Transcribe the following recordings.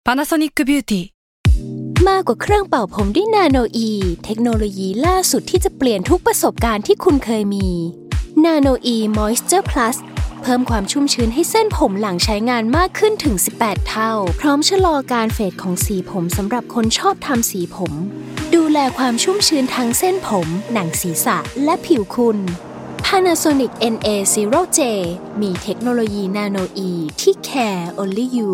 Panasonic Beauty มากกว่าเครื่องเป่าผมด้วยนาโนอีเทคโนโลยีล่าสุดที่จะเปลี่ยนทุกประสบการณ์ที่คุณเคยมีนาโนอีมอยส์เจอร์พลัสเพิ่มความชุ่มชื้นให้เส้นผมหลังใช้งานมากขึ้นถึง18เท่าพร้อมชะลอการเฟดของสีผมสำหรับคนชอบทำสีผมดูแลความชุ่มชื้นทั้งเส้นผมหนังศีรษะและผิวคุณ Panasonic NA0J มีเทคโนโลยีนาโนอีที่ care only you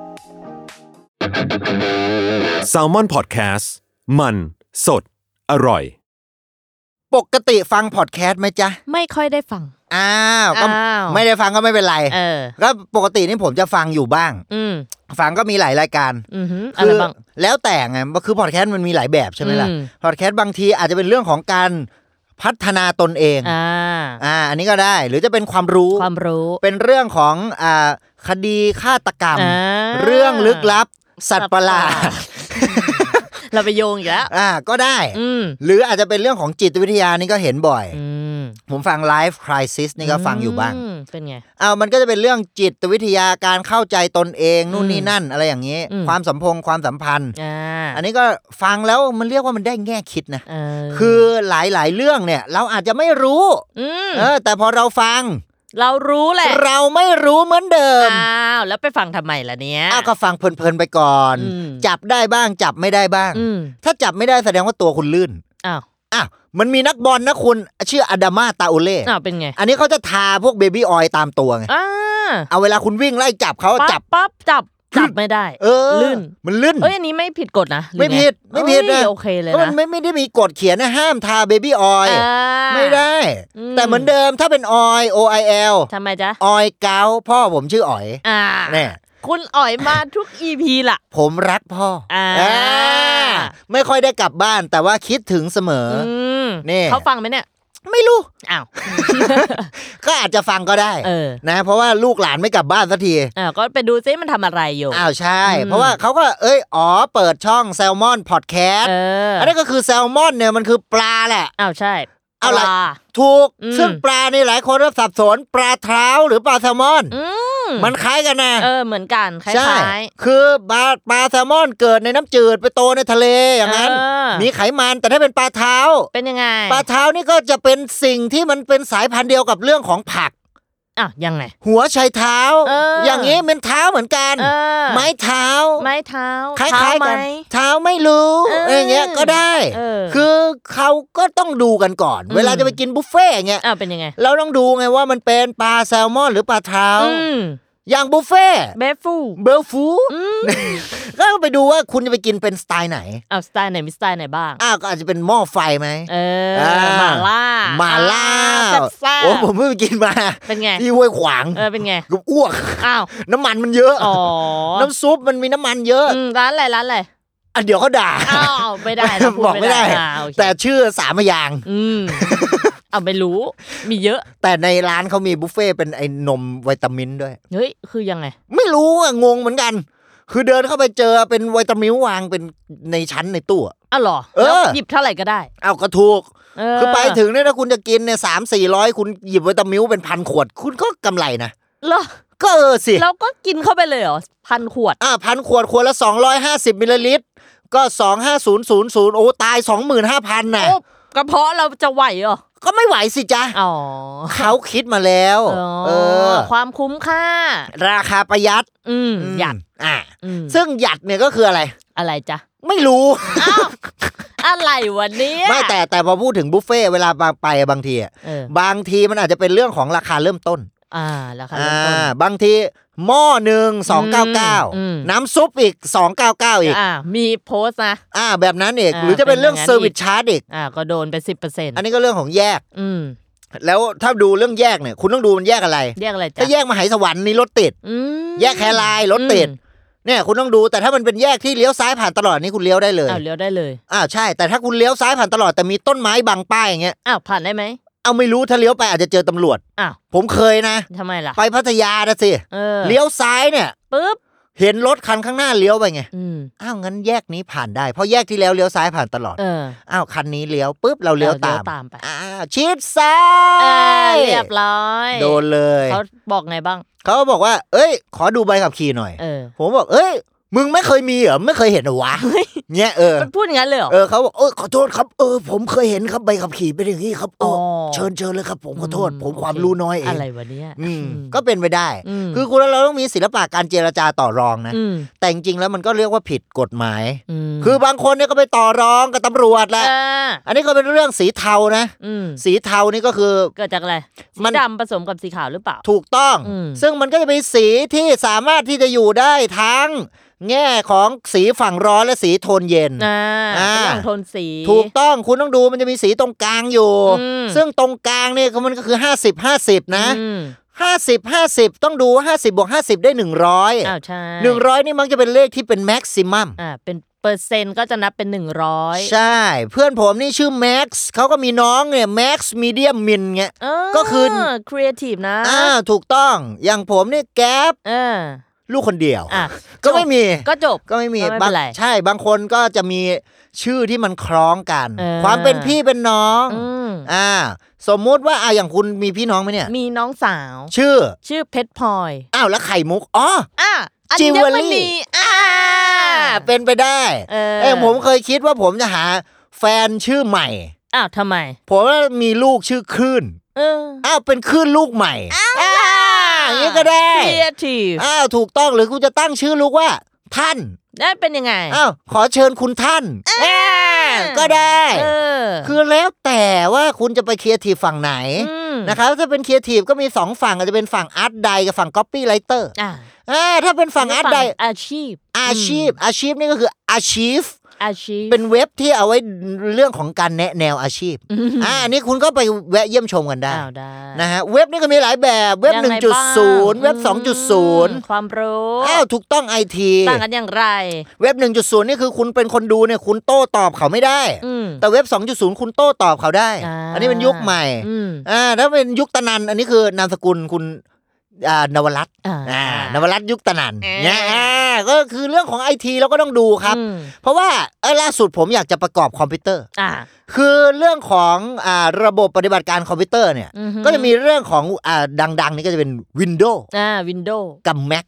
Salmon Podcast มันสดอร่อยปกติฟังพอดแคสต์ไหมจ๊ะไม่ค่อยได้ฟังก็ไม่ได้ฟังก็ไม่เป็นไรก็ปกตินี่ผมจะฟังอยู่บ้างฟังก็มีหลายรายการอะไรบ้างแล้วแต่ไงคือพอดแคสต์มันมีหลายแบบใช่ไหมล่ะพอดแคสต์บางทีอาจจะเป็นเรื่องของการพัฒนาตนเองอันนี้ก็ได้หรือจะเป็นความรู้เป็นเรื่องของคดีฆาตกรรมเรื่องลึกลับสัตว์ประหลาดเราไปโยงอีกแล้วก็ได้หรืออาจจะเป็นเรื่องของจิตวิทยานี่ก็เห็นบ่อยผมฟัง Life Crisis นี่ก็ฟังอยู่บ้างเป็นไงมันก็จะเป็นเรื่องจิตวิทยาการเข้าใจตนเองนู่นนี่นั่นอะไรอย่างนี้ความสัมพันธ์อันนี้ก็ฟังแล้วมันเรียกว่ามันได้แง่คิดนะคือหลายๆเรื่องเนี่ยเราอาจจะไม่รู้แต่พอเราฟังเรารู้แหละเราไม่รู้เหมือนเดิมแล้วไปฟังทำไมล่ะเนี้ยก็ฟังเพลินๆไปก่อนจับได้บ้างจับไม่ได้บ้างถ้าจับไม่ได้แสดงว่าตัวคุณลื่นมันมีนักบอลนะคุณชื่ออาดามาตาโอเล่เป็นไงอันนี้เขาจะทาพวกเบบี้ออยล์ตามตัวไงเอาเวลาคุณวิ่งไล่จับเขาจับปั๊บจับไม่ได้ลื่นมันลื่นอันนี้ไม่ผิดกฎนะไม่ผิดนะโอเคเลยนะมันไม่ได้มีกฎเขียนนะห้ามทาเบบี้ออยล์ไม่ได้แต่เหมือนเดิมถ้าเป็นออยล์ OIL ทำไมจ๊ะออยล์เกาพ่อผมชื่ออ๋อยเนี่ยคุณอ๋อยมาทุก EP ล่ะผมรักพ่อไม่ค่อยได้กลับบ้านแต่ว่าคิดถึงเสมอนี่เขาฟังไหมเนี่ยไม่รู้ก็อาจจะฟังก็ได้นะเพราะว่าลูกหลานไม่กลับบ้านสักทีก็ไปดูซิมันทำอะไรอยู่ใช่เพราะว่าเขาก็เปิดช่องแซลมอนพอดแคสต์อันนี้ก็คือแซลมอนเนี่ยมันคือปลาแหละใช่เอาล่ะถูกซึ่งปลานี่หลายคนสับสนปลาเท้าหรือปลาแซลมอนมันคล้ายกันนะเหมือนกันคล้ายๆคือปลาแซลมอนเกิดในน้ำจืดไปโตในทะเลอย่างนั้นมีไขมันแต่ถ้าเป็นปลาเท้าเป็นยังไงปลาเท้านี่ก็จะเป็นสิ่งที่มันเป็นสายพันธุ์เดียวกับเรื่องของผักยังไงหัวไชเท้าอย่างนี้เป็นเท้าเหมือนกันไม้เท้าคล้ายๆกันเท้าไม่รู้อย่างเงี้ยก็ได้คือเขาก็ต้องดูกันก่อนเวลาจะไปกินบุฟเฟ่อย่างเงี้ยเป็นยังไงเราต้องดูไงว่ามันเป็นปลาแซลมอนหรือปลาเท้าอย่างบุฟเฟ่เบลฟูก็ไปดูว่าคุณจะไปกินเป็นสไตล์ไหนสไตล์ไหนมีสไตล์ไหนบ้างก็อาจจะเป็นหม้อไฟไหมหม่าล่าโอ้ผมเพิ่งไปกินมาเป็นไงที่ห้วยขวางเป็นไงกูอ้วกน้ำมันมันเยอะน้ำซุปมันมีน้ำมันเยอะร้านอะไรเดี๋ยวเขาด่าไม่ได้บอกไม่ได้แต่ชื่อ3 พยางค์ไม่รู้มีเยอะแต่ในร้านเขามีบุฟเฟ่เป็นไอ้นมวิตามินด้วยเฮ้ยคือยังไงไม่รู้งงเหมือนกันคือเดินเข้าไปเจอเป็นวิตามินวางเป็นในชั้นในตู้เหรอหยิบเท่าไหร่ก็ได้ก็ถูกคือไปถึงเนี่ยถ้าคุณจะกินเนี่ย300-400คุณหยิบวิตามินเป็น1,000 ขวดคุณก็กำไรนะเหรอก็สิเราก็กินเข้าไปเลยเหรอ1,000 ขวด 1,000 ขวดขวดละ250 มิลลิลิตรก็25000โอ้ตาย 25,000 น่ะกระเพาะเราจะไหวเหรอก็ไม่ไหวสิจ๊ะเขาคิดมาแล้วความคุ้มค่าราคาประหยัดหยัดซึ่งหยัดเนี่ยก็คืออะไรจ๊ะไม่รู้อะไรวันนี้ไม่แต่พอพูดถึงบุฟเฟ่เวลาไปบางทีบางทีมันอาจจะเป็นเรื่องของราคาเริ่มต้นราคาเริ่มต้นบางทีหม้อนึง299น้ำซุปอีก299อีกมีโพสต์นะแบบนั้นอีกหรือจะเป็นเรื่องเซอร์วิสชาร์จอีกก็โดนไป 10% อันนี้ก็เรื่องของแยกแล้วถ้าดูเรื่องแยกเนี่ยคุณต้องดูมันแยกอะไรจ๊ะถ้าแยกมหาสวรรค์นี่รถติดแยกแครายรถติดเนี่ยคุณต้องดูแต่ถ้ามันเป็นแยกที่เลี้ยวซ้ายผ่านตลอดนี่คุณเลี้ยวได้เลยเลี้ยวได้เลยใช่แต่ถ้าคุณเลี้ยวซ้ายผ่านตลอดแต่มีต้นไม้บังป้ายอย่างเงี้ยผ่านได้ไหมไม่รู้ถ้าเลี้ยวไปอาจจะเจอตำรวจผมเคยนะทำไมล่ะไปพัทยานะสิเลี้ยวซ้ายเนี่ยปึ๊บเห็นรถคันข้างหน้าเลี้ยวไปไงงั้นแยกนี้ผ่านได้เพราะแยกที่แล้วเลี้ยวซ้ายผ่านตลอดคันนี้เลี้ยวปุ๊บเราเลี้ยวตามไปชิดซ้ายเรียบร้อยโดนเลยเขาบอกไงบ้างเขาบอกว่าขอดูใบขับขี่หน่อยผมบอกมึงไม่เคยมีเหรอไม่เคยเห็นเหรอวะเนี่ยมันพูดอย่างนั้นเลยเหรอเขาบอกขอโทษครับผมเคยเห็นครับใบขับขี่เป็นอย่างนี้ครับเชิญเลยครับผมขอโทษผมความรู้น้อยเองอะไรวะเนี่ยก็เป็นไปได้คือคุณเราต้องมีศิลปะการเจรจาต่อรองนะแต่จริงๆแล้วมันก็เรียกว่าผิดกฎหมายคือบางคนเนี่ยก็ไปต่อรองกับตำรวจแหละอันนี้ก็เป็นเรื่องสีเทานะสีเทานี่ก็คือเกิดจากอะไรสีดำผสมกับสีขาวหรือเปล่าถูกต้องซึ่งมันก็จะเป็นสีที่สามารถที่จะอยู่ได้ทั้งแง่ของสีฝั่งร้อนและสีโทนเย็นอย่างโทนสีถูกต้องคุณต้องดูมันจะมีสีตรงกลางอยู่ซึ่งตรงกลางเนี่ยมันก็คือ50-50นะ50-50ต้องดู50บวก50ได้100 ใช่ 100นี่มักจะเป็นเลขที่เป็นแม็กซิมัมเป็นเปอร์เซ็นต์ก็จะนับเป็น100 ใช่เพื่อนผมนี่ชื่อแม็กซ์เขาก็มีน้องเนี่ยแม็กซ์มีเดียมมินเงี้ยก็คือครีเอทีฟนะถูกต้องอย่างผมนี่แก๊ปลูกคนเดียวก็ไม่มีก็จบก็ไม่มีใช่บางคนก็จะมีชื่อที่มันคล้องกันความเป็นพี่เป็นน้องสมมุติว่าอย่างคุณมีพี่น้องไหมเนี่ยมีน้องสาวชื่อเพชรพลอยแล้วไข่มุกจิวเวลรี่เป็นไปได้ผมเคยคิดว่าผมจะหาแฟนชื่อใหม่ทำไมผมว่ามีลูกชื่อคลื่นเป็นคลื่นลูกใหม่อย่างนี้ก็ได้ครีเอทีฟถูกต้องหรือคุณจะตั้งชื่อลูกว่าท่านได้เป็นยังไงขอเชิญคุณท่านก็ได้คือแล้วแต่ว่าคุณจะไปครีเอทีฟฝั่งไหนนะครับถ้าเป็นครีเอทีฟก็มี2ฝั่งอาจจะเป็นฝั่งอาร์ตไดกับฝั่งก๊อปปี้ไรเตอร์ถ้าเป็นฝั่งอาร์ตไดอาชีพนี่ก็คืออาชีพเป็นเว็บที่เอาไว้เรื่องของการแนะแนวอาชีพอันนี้คุณก็ไปแวะเยี่ยมชมกันได้นะฮะเว็บนี้ก็มีหลายแบบเว็บ 1.0 เว็บ 2.0 ความรู้ถูกต้อง IT ต่างกันอย่างไรเว็บ 1.0 นี่คือคุณเป็นคนดูเนี่ยคุณโต้ตอบเขาไม่ได้แต่เว็บ 2.0 คุณโต้ตอบเขาได้อันนี้เป็นยุคใหม่ถ้าเป็นยุคตะนันอันนี้คือนามสกุลคุณนวรัตน์นวรัตน์ยุคตะนันเนี่ยก็คือเรื่องของ IT เราก็ต้องดูครับเพราะว่าล่าสุดผมอยากจะประกอบคอมพิวเตอร์คือเรื่องของระบบปฏิบัติการคอมพิวเตอร์เนี่ยก็จะมีเรื่องของดังๆนี่ก็จะเป็น Windows กับ Mac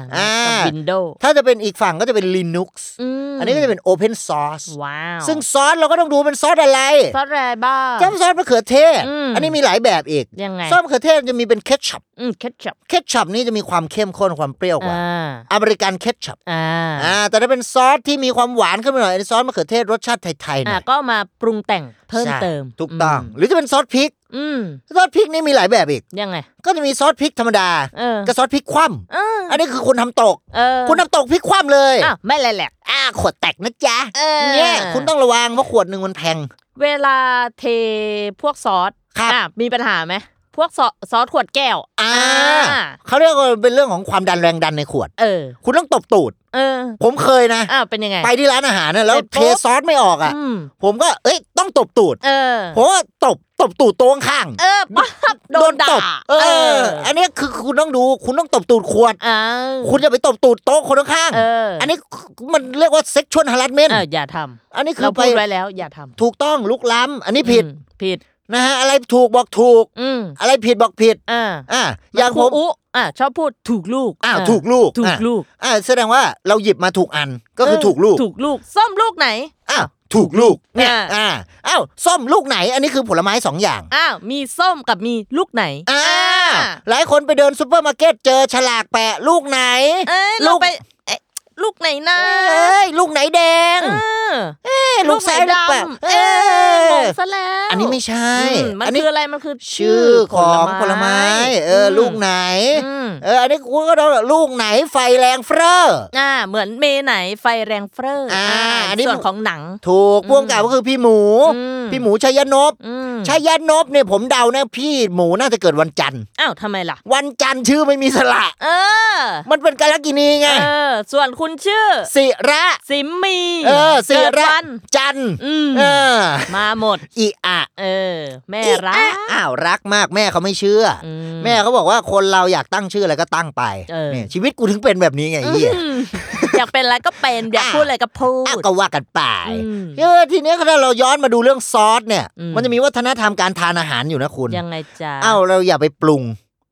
Windows ถ้าจะเป็นอีกฝั่งก็จะเป็น Linux อันนี้ก็จะเป็น Open Source ว้าวซึ่งซอสเราก็ต้องดูเป็นซอสอะไรซอสอะไรบ้างซอสมะเขือเทศอันนี้มีหลายแบบอีกยังไงซอสมะเขือเทศจะมีเป็นเคชัพเคชัพนี่จะมีความเข้มข้นความเปรี้ยวกว่าอเมริกันเคชัพแต่ถ้าเป็นซอสที่มีความหวานขึ้นมาหน่อยซอสมะเขือเทศรสชาติไทยๆหน่อยก็มาปรุงแต่งเพิ่มเติมถูกต้องหรือจะเป็นซอสพริกซอสพริกนี่มีหลายแบบอีกยังไงก็จะมีซอสพริกธรรมดากับซอสพริกคว่ำอันนี้คือคุณทำตกคุณทำตกพริกคว่ำเลยไม่แหลกขวดแตกนะจ๊ะเนี่ยคุณต้องระวังเพราะขวดนึงมันแพงเวลาเทพวกซอสมีปัญหาไหมพวกซอสขวดแก้วเขาเรียกว่าเป็นเรื่องของความดันแรงดันในขวดคุณต้องตบตูดผมเคยนะเป็นยังไงไปที่ร้านอาหารแล้วเทซอสไม่ออกผมก็ต้องตบตูดเพราะว่าตบตูดโต๊ะข้างโดนด่าอันนี้คือคุณต้องดูคุณต้องตบตูดขวดคุณอย่าไปตบตูดโต๊ะคนข้างอันนี้มันเรียกว่า sexual harassment อย่าทำอันนี้คือเราพูดไว้แล้วอย่าทำถูกต้องลุกล้ำอันนี้ผิดนะฮะอะไรถูกบอกถูกอะไรผิดบอกผิดอย่างผมชอบพูดถูกลูกถูกลูกแสดงว่าเราหยิบมาถูกอันก็คือถูกลูกส้มลูกไหนถูกลูกเนี่ยส้มลูกไหนอันนี้คือผลไม้2อย่างมีส้มกับมีลูกไหนหลายคนไปเดินซุปเปอร์มาร์เก็ตเจอฉลากแปะลูกไหนลูกไปลูกไหนนะลูกไหนแดงลูกซ้ายลูกแปะงงซะแล้วอันนี้ไม่ใช่มันคืออะไรมันคือชื่อของผลไม้ลูกไหนอันนี้กูก็ต้องลูกไหนไฟแรงเฟ้อเหมือนเมไหนไฟแรงเฟ้ออันนี้ส่วนของหนังถูกพ่วงกับก็คือพี่หมูชัยนพเนี่ยผมเดานะพี่หมูน่าจะเกิดวันจันทร์ทำไมล่ะวันจันทร์ชื่อไม่มีสระมันเป็นกาลกิณีไงส่วนคุณชื่อศิระสิมมีศิระจันมาหมดอีแม่รักรักมากแม่เขาไม่เชื่อแม่เขาบอกว่าคนเราอยากตั้งชื่ออะไรก็ตั้งไปเนี่ยชีวิตกูถึงเป็นแบบนี้ไงอยากเป็นอะไรก็เป็นอยากพูดอะไรก็พูดก็ว่ากันไปทีนี้ถ้าเราย้อนมาดูเรื่องซอสเนี่ยมันจะมีวัฒนธรรมการทานอาหารอยู่นะคุณยังไงจ๊ะเราอย่าไปปรุง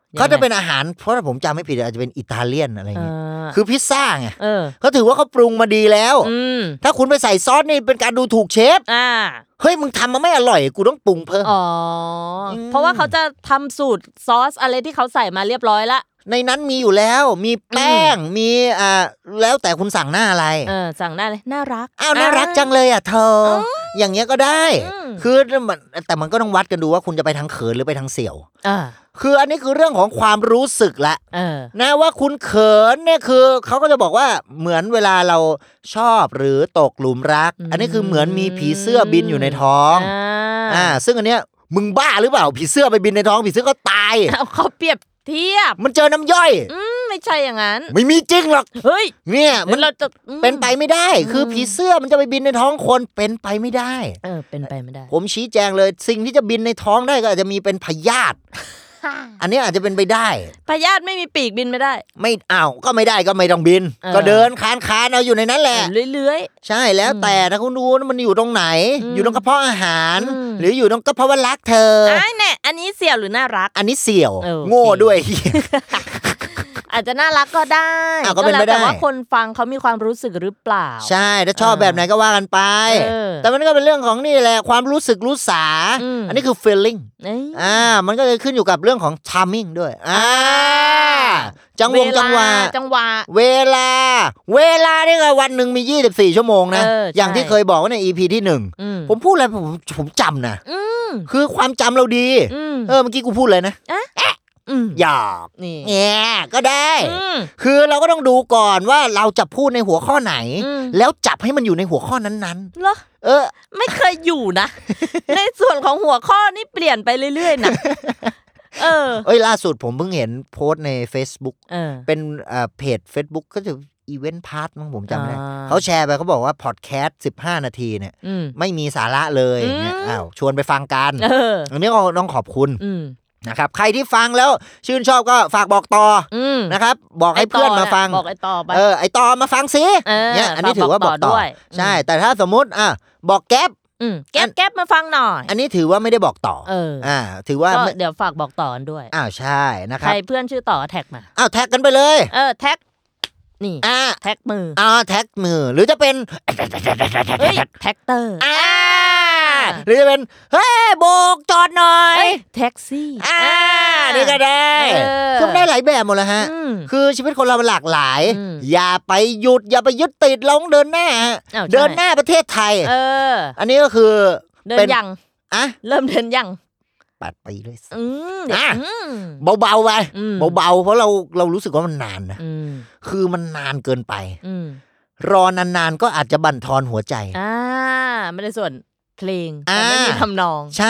เขาจะเป็นอาหารเพราะถ้าผมจำไม่ผิดอาจจะเป็นอิตาเลียนอะไรอย่างเงี้ยคือพิซซ่าไงเขาถือว่าเขาปรุงมาดีแล้วถ้าคุณไปใส่ซอสนี่เป็นการดูถูกเชฟเฮ้ยมึงทำมาไม่อร่อยกูต้องปรุงเพิ่มเพราะว่าเขาจะทำสูตรซอสอะไรที่เขาใส่มาเรียบร้อยละในนั้นมีอยู่แล้วมีแป้งมีแล้วแต่คุณสั่งหน้าอะไรสั่งหน้าเลยน่ารักอ้าวน่ารักจังเลยเธออย่างเงี้ยก็ได้คือแต่มันก็ต้องวัดกันดูว่าคุณจะไปทางเขินหรือไปทางเสี่ยวคืออันนี้คือเรื่องของความรู้สึกละนะว่าคุณเขินเนี่ยคือเขาก็จะบอกว่าเหมือนเวลาเราชอบหรือตกหลุมรักอันนี้คือเหมือนมีผีเสื้อบินอยู่ในท้องซึ่งอันเนี้ยมึงบ้าหรือเปล่าผีเสื้อไปบินในท้องผีเสื้อก็ตายเขาเปรียบเทียบมันเจอน้ำย่อยไม่ใช่อย่างนั้นไม่มีจริงหรอกเฮ้ยเนี่ยมันเราจะเป็นไปไม่ได้คือผีเสื้อมันจะไปบินในท้องคนเป็นไปไม่ได้เป็นไปไม่ได้ผมชี้แจงเลยสิ่งที่จะบินในท้องได้ก็อาจจะมีเป็นพยาธิอันนี้อาจจะเป็นไปได้พยาธิไม่มีปีกบินไม่ได้ไม่ก็ไม่ได้ก็ไม่ต้องบินก็เดินคานเอาอยู่ในนั้นแหละเลื้อยๆใช่แล้วแต่ถ้าคุณดูมันอยู่ตรงไหนอยู่ตรงกระเพาะอาหารหรืออยู่ตรงกระเพาะว่ารักเธอเนี่ยอันนี้เสี่ยวหรือน่ารักอันนี้เสี่ยวโง่ด้วยอาจจะน่ารักก็ได้ก็แล้วแต่ว่าคนฟังเขามีความรู้สึกหรือเปล่าใช่ถ้าชอบแบบไหนก็ว่ากันไปแต่มันก็เป็นเรื่องของนี่แหละความรู้สึกรู้สาอันนี้คือ feeling มันก็จะขึ้นอยู่กับเรื่องของ timing ด้วยจังหวะเวลานี่ก็วันนึงมี24ชั่วโมงนะอย่างที่เคยบอกว่าใน EP ที่1ผมพูดอะไรผมจำนะคือความจำเราดีเมื่อกี้กูพูดเลยนะหยอกเนี่ยก็ได้คือเราก็ต้องดูก่อนว่าเราจะพูดในหัวข้อไหนแล้วจับให้มันอยู่ในหัวข้อนั้นๆเหรอไม่เคยอยู่นะ ในส่วนของหัวข้อนี่เปลี่ยนไปเรื่อยๆนะล่าสุดผมเพิ่งเห็นโพสต์ใน Facebook เป็นเพจ Facebook ก็จะอีเวนต์พาร์ทมั้งผมจำไม่ได้เขาแชร์ไปเขาบอกว่าพอดแคสต์15นาทีเนี่ยไม่มีสาระเลยเนี่ยชวนไปฟังกันอันนี้ก็ต้องขอบคุณนะครับใครที่ฟังแล้วชื่นชอบก็ฝากบอกต่อนะครับบอกให้เพื่อนมาฟังบอกไอ้ต่อไปไอ้ต่อมาฟังสิเนี่ยอันนี้ถือว่าบอกต่อใช่แต่ถ้าสมมุติบอกแก๊ปแก๊ปมาฟังหน่อยอันนี้ถือว่าไม่ได้บอกต่อถือว่าเดี๋ยวฝากบอกต่อกันด้วยใช่นะครับใครเพื่อนชื่อต่อแท็กมาแท็กกันไปเลยแท็กนี่แท็กมือแท็กมือหรือจะเป็นแท็กเตอร์หรือจะเป็นเฮ้ยโบกจอดหน่อยแท็กซี่นี่ก็ได้คือได้หลายแบบหมดเลยฮะคือชีวิตคนเรามันหลากหลายอย่าไปหยุดอย่าไปยึดติดเราต้องเดินหน้าประเทศไทยอันนี้ก็คือเดินยังเริ่มเดินยัง 8 ปีเลยเบาๆไปเบาๆเพราะเรารู้สึกว่ามันนานนะคือมันนานเกินไปรอนานๆก็อาจจะบั่นทอนหัวใจไม่ได้ส่วนเพลงแต่ไม่มีทำนองใช่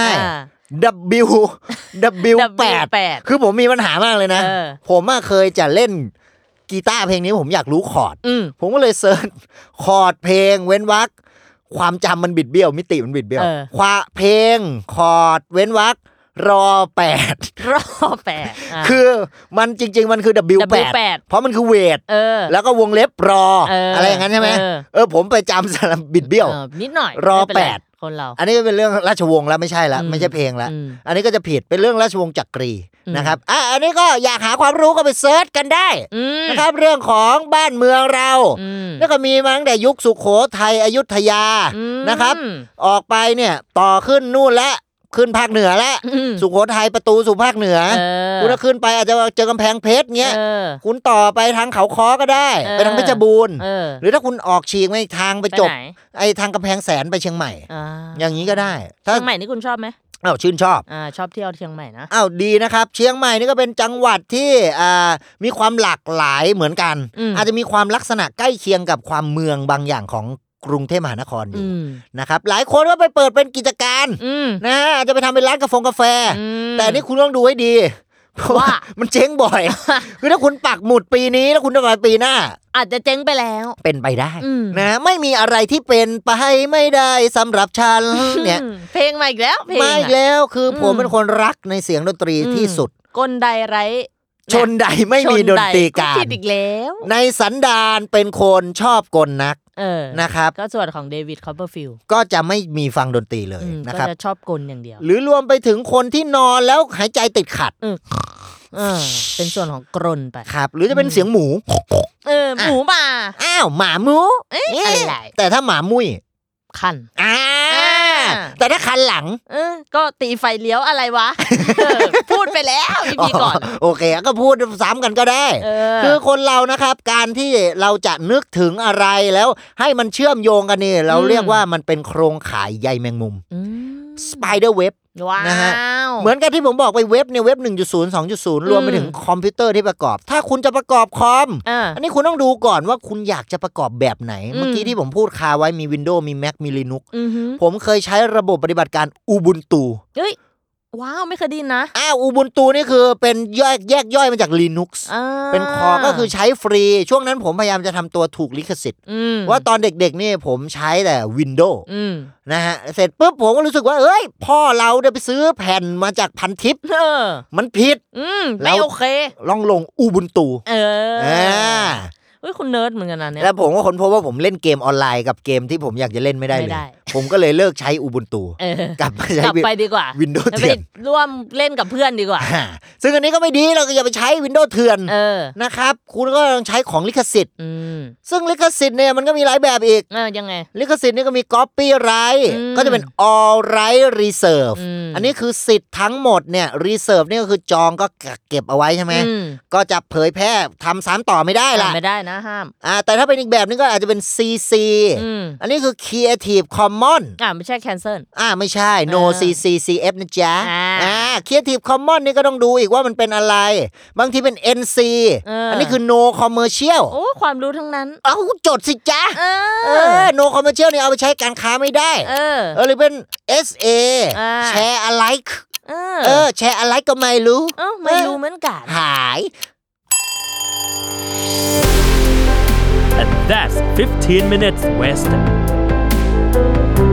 W8 คือผมมีปัญหามากเลยนะผมเคยจะเล่นกีตาร์เพลงนี้ผมอยากรู้คอร์ดผมก็เลยเซิร์ชคอร์ดเพลงเว้นวรรคความจำมันบิดเบี้ยวมิติมันบิดเบี้ยวเพลงคอร์ดเว้นวรรครอ8คือมันจริงๆมันคือ W8 เพราะมันคือเวทแล้วก็วงเล็บรออะไรอย่างนั้นใช่ไหมผมไปจำสลับบิดเบี้ยวนิดหน่อยรอ8 คนเราอันนี้เป็นเรื่องราชวงศ์แล้วไม่ใช่ละไม่ใช่เพลงละอันนี้ก็จะผิดเป็นเรื่องราชวงศ์จักรีนะครับอันนี้ก็อยากหาความรู้ก็ไปเซิร์ชกันได้นะครับเรื่องของบ้านเมืองเราแล้วก็มีมาตั้งแต่ยุคสุโขทัยอยุธยานะครับออกไปเนี่ยต่อขึ้นนู่นและขึ้นภาคเหนือแล้วสุโขทัยประตูสู่ภาคเหนือคุณถ้าขึ้นไปอาจจะเจอกำแพงเพชรเงี้ยคุณต่อไปทางเขาค้อก็ได้ไปทางเพชรบูรณ์หรือถ้าคุณออกฉีกไปอีกทางไปจบไอ้ทางกำแพงแสนไปเชียงใหม่อย่างนี้ก็ได้เชียงใหม่นี่คุณชอบไหมชื่นชอบชอบเที่ยวเชียงใหม่นะดีนะครับเชียงใหม่นี่ก็เป็นจังหวัดที่มีความหลากหลายเหมือนกันอาจจะมีความลักษณะใกล้เคียงกับความเมืองบางอย่างของกรุงเทพมหานครอยู่นะครับหลายคนก็ไปเปิดเป็นกิจการนะจะไปทำเป็นร้านกาแฟแต่นี่คุณต้องดูให้ดีเพราะว่ามันเจ๊งบ่อยคือถ้าคุณปักหมุดปีนี้แล้วคุณจะไปปีหน้าอาจจะเจ๊งไปแล้วเป็นไปได้นะไม่มีอะไรที่เป็นไปไม่ได้สำหรับฉันเนี่ยเพลงมาอีกแล้วมาอีกแล้วคือผมเป็นคนรักในเสียงดนตรีที่สุดกลใดไร้ชนใดไม่มีดนตรีการผิดอีกแล้วในสันดานเป็นคนชอบกลนักนะครับก็ส่วนของเดวิดคอปเปอร์ฟิลด์ก็จะไม่มีฟังดนตรีเลยนะครับก็จะชอบกลอย่างเดียวหรือรวมไปถึงคนที่นอนแล้วหายใจติดขัดเป็นส่วนของกรนไปครับหรือจะเป็นเสียงหมูหมูมาอ้าวหมาหมูอะไรแต่ถ้าหมามุ้ยคันแต่ถ้าคันหลังก็ตีไฟเลี้ยวอะไรวะ พูดไปแล้วอีก่อนโอเคก็พูดซ้ำกันก็ได้คือคนเรานะครับการที่เราจะนึกถึงอะไรแล้วให้มันเชื่อมโยงกันนี่เราเรียกว่ามันเป็นโครงข่ายใยแมงมุม Spider Web นะฮะเหมือนกับที่ผมบอกไปเว็บในเว็บ 1.0 2.0 รวมไปถึงคอมพิวเตอร์ที่ประกอบถ้าคุณจะประกอบคอมอันนี้คุณต้องดูก่อนว่าคุณอยากจะประกอบแบบไหนเมื่อกี้ที่ผมพูดคาไว้มี Windows มี Mac มี Linux ผมเคยใช้ระบบปฏิบัติการ Ubuntu ว้าวไม่เคยได้นะ Ubuntu นี่คือเป็นแยกย่อยมาจาก Linux เป็นคอก็คือใช้ฟรีช่วงนั้นผมพยายามจะทำตัวถูกลิขสิทธิ์ว่าตอนเด็กๆนี่ผมใช้แต่ Windows นะฮะเสร็จปุ๊บผมก็รู้สึกว่าเอ้ยพ่อเราได้ไปซื้อแผ่นมาจากพันทิปมันผิดไม่โอเคลองลง Ubuntu คุณเนิร์ดเหมือนกันนะเนี่ยแล้วผมก็ค้นพบว่าผมเล่นเกมออนไลน์กับเกมที่ผมอยากจะเล่นไม่ได้เลยผมก็เลยเลิกใช้ Ubuntu กลับมาใช้ไปดีกว่า Windows เถื่อนร่วมเล่นกับเพื่อนดีกว่าซึ่งอันนี้ก็ไม่ดีเราก็อย่าไปใช้ Windows เถื่อนนะครับคุณก็ต้องใช้ของลิขสิทธิ์ซึ่งลิขสิทธิ์เนี่ยมันก็มีหลายแบบอีกยังไงลิขสิทธิ์นี่ก็มี Copyright ก็จะเป็น All Right Reserve อันนี้คือสิทธิ์ทั้งหมดเนี่ย Reserve นี่ก็คือจองก็เก็บเอาไว้ใช่ไหมก็จะเผยแพร่ทำซ้ำต่อไม่ได้ล่ะไม่ได้นะห้ามแต่ถ้าเป็นอีกแบบนึงก็อาจจะเป็น CC อันนี้คือ Creative Commons ไม่ใช่ cancel ไม่ใช่ No CC CF นะจ๊ะCreative Commons นี่ก็ต้องดูอีกว่ามันเป็นอะไรบางทีเป็น NC อันนี้คือ No Commercial โอ้ความรู้ทั้งนั้นจดสิจ๊ะNo Commercial นี่เอาไปใช้การค้าไม่ได้หรือเป็น SA Share Alike Share Alike ก็ไม่รู้เหมือนกันหาย And that's 15 minutes Western